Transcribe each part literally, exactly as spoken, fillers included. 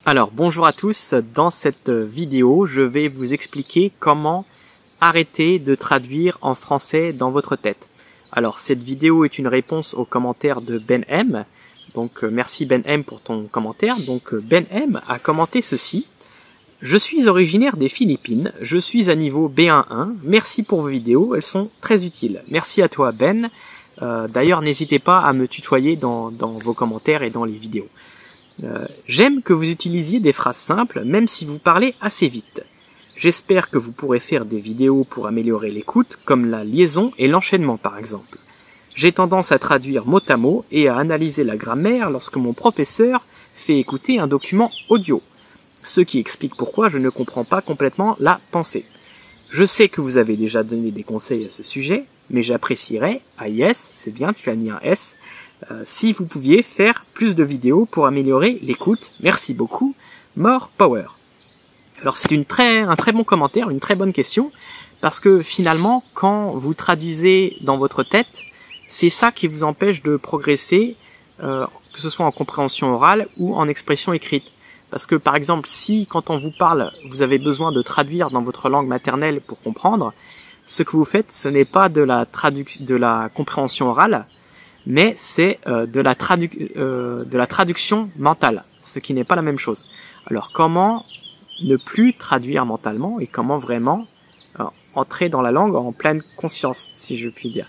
Alors bonjour à tous, dans cette vidéo je vais vous expliquer comment arrêter de traduire en français dans votre tête. Alors cette vidéo est une réponse au commentaire de Ben M. Donc euh, merci Ben M pour ton commentaire. Donc euh, Ben M a commenté ceci. Je suis originaire des Philippines, je suis à niveau B un un, merci pour vos vidéos, elles sont très utiles. Merci à toi Ben, euh, d'ailleurs n'hésitez pas à me tutoyer dans, dans vos commentaires et dans les vidéos. Euh, J'aime que vous utilisiez des phrases simples, même si vous parlez assez vite. J'espère que vous pourrez faire des vidéos pour améliorer l'écoute, comme la liaison et l'enchaînement par exemple. J'ai tendance à traduire mot à mot et à analyser la grammaire lorsque mon professeur fait écouter un document audio. Ce qui explique pourquoi je ne comprends pas complètement la pensée. Je sais que vous avez déjà donné des conseils à ce sujet, mais j'apprécierais, ah yes, c'est bien, tu as mis un S, euh, si vous pouviez faire plus de vidéos pour améliorer l'écoute. Merci beaucoup, More Power. Alors c'est une très, un très bon commentaire, une très bonne question, parce que finalement, quand vous traduisez dans votre tête, c'est ça qui vous empêche de progresser, euh, que ce soit en compréhension orale ou en expression écrite. Parce que par exemple, si quand on vous parle, vous avez besoin de traduire dans votre langue maternelle pour comprendre, ce que vous faites, ce n'est pas de la traduction, de la compréhension orale, mais c'est euh, de la tradu euh, de la traduction mentale, ce qui n'est pas la même chose. Alors comment ne plus traduire mentalement et comment vraiment euh, entrer dans la langue en pleine conscience, si je puis dire.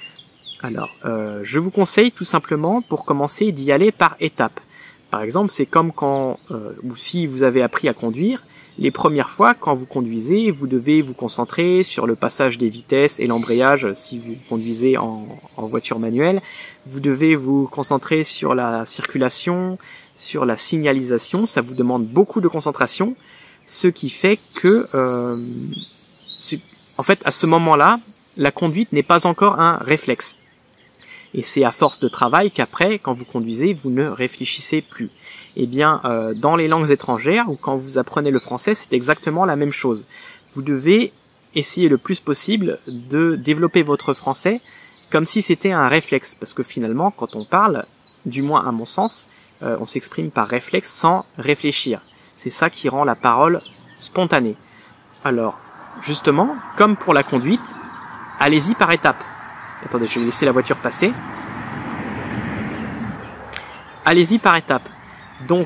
Alors, euh, je vous conseille tout simplement pour commencer d'y aller par étapes. Par exemple, c'est comme quand, euh, ou si vous avez appris à conduire, les premières fois, quand vous conduisez, vous devez vous concentrer sur le passage des vitesses et l'embrayage si vous conduisez en, en voiture manuelle. Vous devez vous concentrer sur la circulation, sur la signalisation. Ça vous demande beaucoup de concentration, ce qui fait que, euh, en fait, à ce moment-là, la conduite n'est pas encore un réflexe. Et c'est à force de travail qu'après, quand vous conduisez, vous ne réfléchissez plus. Eh bien, euh, dans les langues étrangères, ou quand vous apprenez le français, c'est exactement la même chose. Vous devez essayer le plus possible de développer votre français comme si c'était un réflexe. Parce que finalement, quand on parle, du moins à mon sens, euh, on s'exprime par réflexe sans réfléchir. C'est ça qui rend la parole spontanée. Alors, justement, comme pour la conduite, allez-y par étapes. Attendez, je vais laisser la voiture passer. Allez-y par étapes. Donc,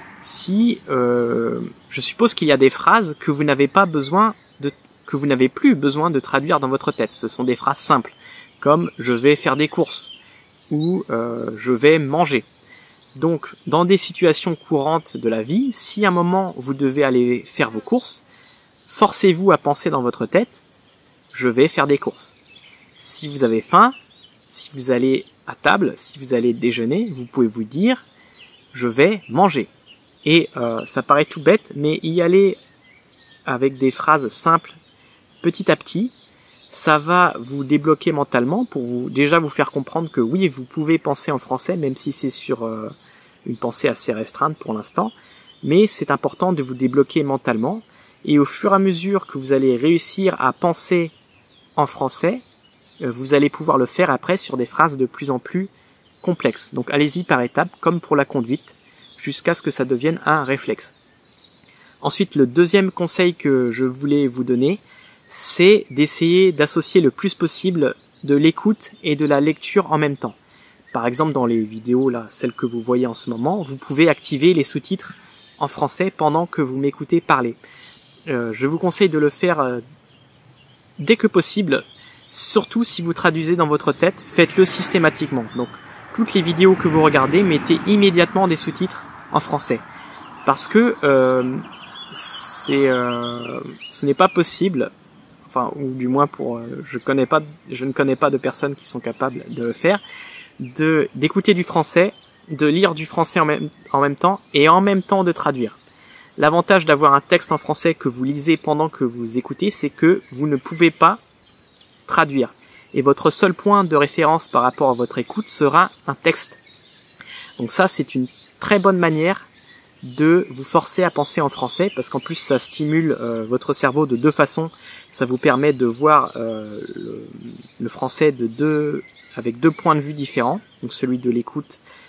si euh, je suppose qu'il y a des phrases que vous n'avez pas besoin de, que vous n'avez plus besoin de traduire dans votre tête. Ce sont des phrases simples, comme je vais faire des courses ou euh, je vais manger. Donc, dans des situations courantes de la vie, si à un moment vous devez aller faire vos courses, forcez-vous à penser dans votre tête, je vais faire des courses. Si vous avez faim, si vous allez à table, si vous allez déjeuner, vous pouvez vous dire « je vais manger ». Et euh, ça paraît tout bête, mais y aller avec des phrases simples, petit à petit, ça va vous débloquer mentalement pour vous déjà vous faire comprendre que oui, vous pouvez penser en français, même si c'est sur euh, une pensée assez restreinte pour l'instant, mais c'est important de vous débloquer mentalement. Et au fur et à mesure que vous allez réussir à penser en français, vous allez pouvoir le faire après sur des phrases de plus en plus complexes. Donc allez-y par étapes, comme pour la conduite, jusqu'à ce que ça devienne un réflexe. Ensuite, le deuxième conseil que je voulais vous donner, c'est d'essayer d'associer le plus possible de l'écoute et de la lecture en même temps. Par exemple, dans les vidéos, là, celles que vous voyez en ce moment, vous pouvez activer les sous-titres en français pendant que vous m'écoutez parler. Euh, je vous conseille de le faire euh, dès que possible. Surtout si vous traduisez dans votre tête, faites-le systématiquement. Donc, toutes les vidéos que vous regardez, mettez immédiatement des sous-titres en français. Parce que euh, c'est, euh, ce n'est pas possible, enfin, ou du moins pour, euh, je connais pas, je ne connais pas de personnes qui sont capables de le faire, de d'écouter du français, de lire du français en même, en même temps et en même temps de traduire. L'avantage d'avoir un texte en français que vous lisez pendant que vous écoutez, c'est que vous ne pouvez pas traduire. Et votre seul point de référence par rapport à votre écoute sera un texte. Donc ça, c'est une très bonne manière de vous forcer à penser en français, parce qu'en plus, ça stimule euh, votre cerveau de deux façons. Ça vous permet de voir euh, le, le français de deux, avec deux points de vue différents, donc celui de l'écoute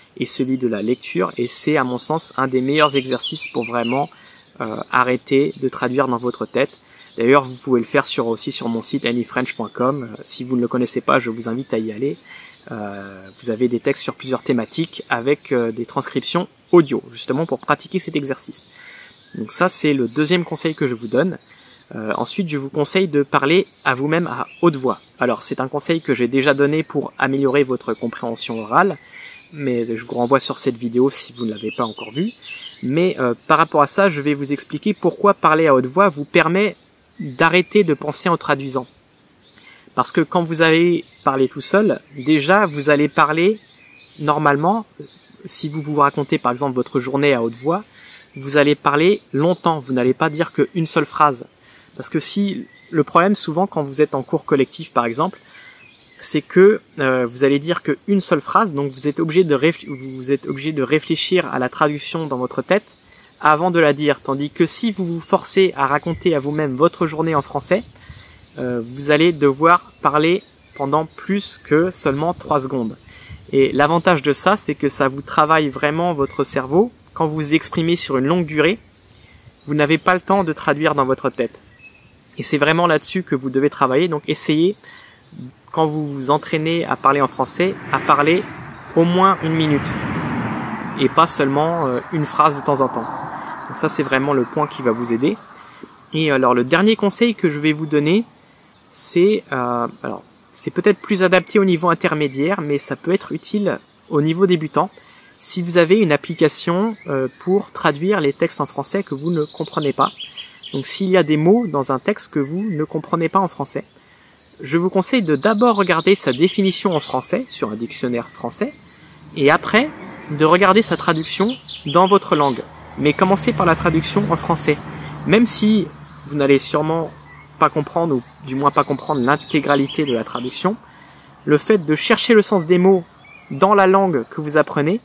et celui de la lecture. Et c'est à mon sens un des meilleurs exercices pour vraiment euh, arrêter de traduire dans votre tête. D'ailleurs, vous pouvez le faire sur, aussi sur mon site any french point com. Euh, si vous ne le connaissez pas, je vous invite à y aller. Euh, vous avez des textes sur plusieurs thématiques avec euh, des transcriptions audio, justement pour pratiquer cet exercice. Donc ça, c'est le deuxième conseil que je vous donne. Euh, ensuite, je vous conseille de parler à vous-même à haute voix. Alors, c'est un conseil que j'ai déjà donné pour améliorer votre compréhension orale, mais je vous renvoie sur cette vidéo si vous ne l'avez pas encore vue. Mais euh, par rapport à ça, je vais vous expliquer pourquoi parler à haute voix vous permet d'arrêter de penser en traduisant. Parce que quand vous allez parler tout seul, déjà, vous allez parler normalement, si vous vous racontez par exemple votre journée à haute voix, vous allez parler longtemps, vous n'allez pas dire qu'une seule phrase. Parce que si le problème souvent quand vous êtes en cours collectif par exemple, c'est que euh, vous allez dire qu'une seule phrase, donc vous êtes obligé de réf- vous êtes obligé de réfléchir à la traduction dans votre tête avant de la dire. Tandis que si vous vous forcez à raconter à vous-même votre journée en français, euh, vous allez devoir parler pendant plus que seulement trois secondes. Et l'avantage de ça, c'est que ça vous travaille vraiment votre cerveau. Quand vous vous exprimez sur une longue durée, vous n'avez pas le temps de traduire dans votre tête. Et c'est vraiment là-dessus que vous devez travailler. Donc essayez, quand vous vous entraînez à parler en français, à parler au moins une minute. Et pas seulement euh, une phrase de temps en temps. Donc ça, c'est vraiment le point qui va vous aider. Et alors, le dernier conseil que je vais vous donner, c'est... Euh, alors, c'est peut-être plus adapté au niveau intermédiaire, mais ça peut être utile au niveau débutant. Si vous avez une application euh, pour traduire les textes en français que vous ne comprenez pas. Donc s'il y a des mots dans un texte que vous ne comprenez pas en français, je vous conseille de d'abord regarder sa définition en français sur un dictionnaire français et après de regarder sa traduction dans votre langue. Mais commencez par la traduction en français. Même si vous n'allez sûrement pas comprendre ou du moins pas comprendre l'intégralité de la traduction, le fait de chercher le sens des mots dans la langue que vous apprenez,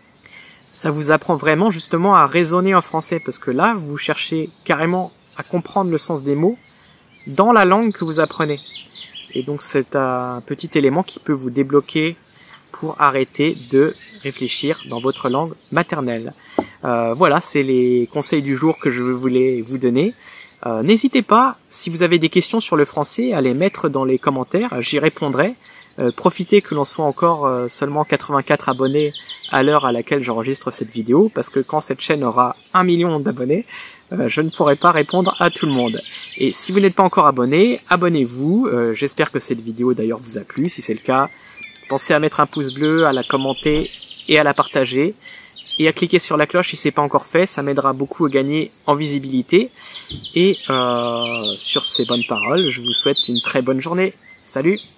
ça vous apprend vraiment justement à raisonner en français, parce que là, vous cherchez carrément à comprendre le sens des mots dans la langue que vous apprenez. Et donc c'est un petit élément qui peut vous débloquer pour arrêter de réfléchir dans votre langue maternelle. Euh, voilà, c'est les conseils du jour que je voulais vous donner. Euh, n'hésitez pas, si vous avez des questions sur le français, à les mettre dans les commentaires, j'y répondrai. Euh, profitez que l'on soit encore euh, seulement quatre-vingt-quatre abonnés à l'heure à laquelle j'enregistre cette vidéo, parce que quand cette chaîne aura un million d'abonnés, euh, je ne pourrai pas répondre à tout le monde. Et si vous n'êtes pas encore abonné, abonnez-vous. Euh, j'espère que cette vidéo d'ailleurs vous a plu. Si c'est le cas, pensez à mettre un pouce bleu, à la commenter et à la partager. Et à cliquer sur la cloche si c'est pas encore fait, ça m'aidera beaucoup à gagner en visibilité. Et euh, sur ces bonnes paroles, je vous souhaite une très bonne journée. Salut!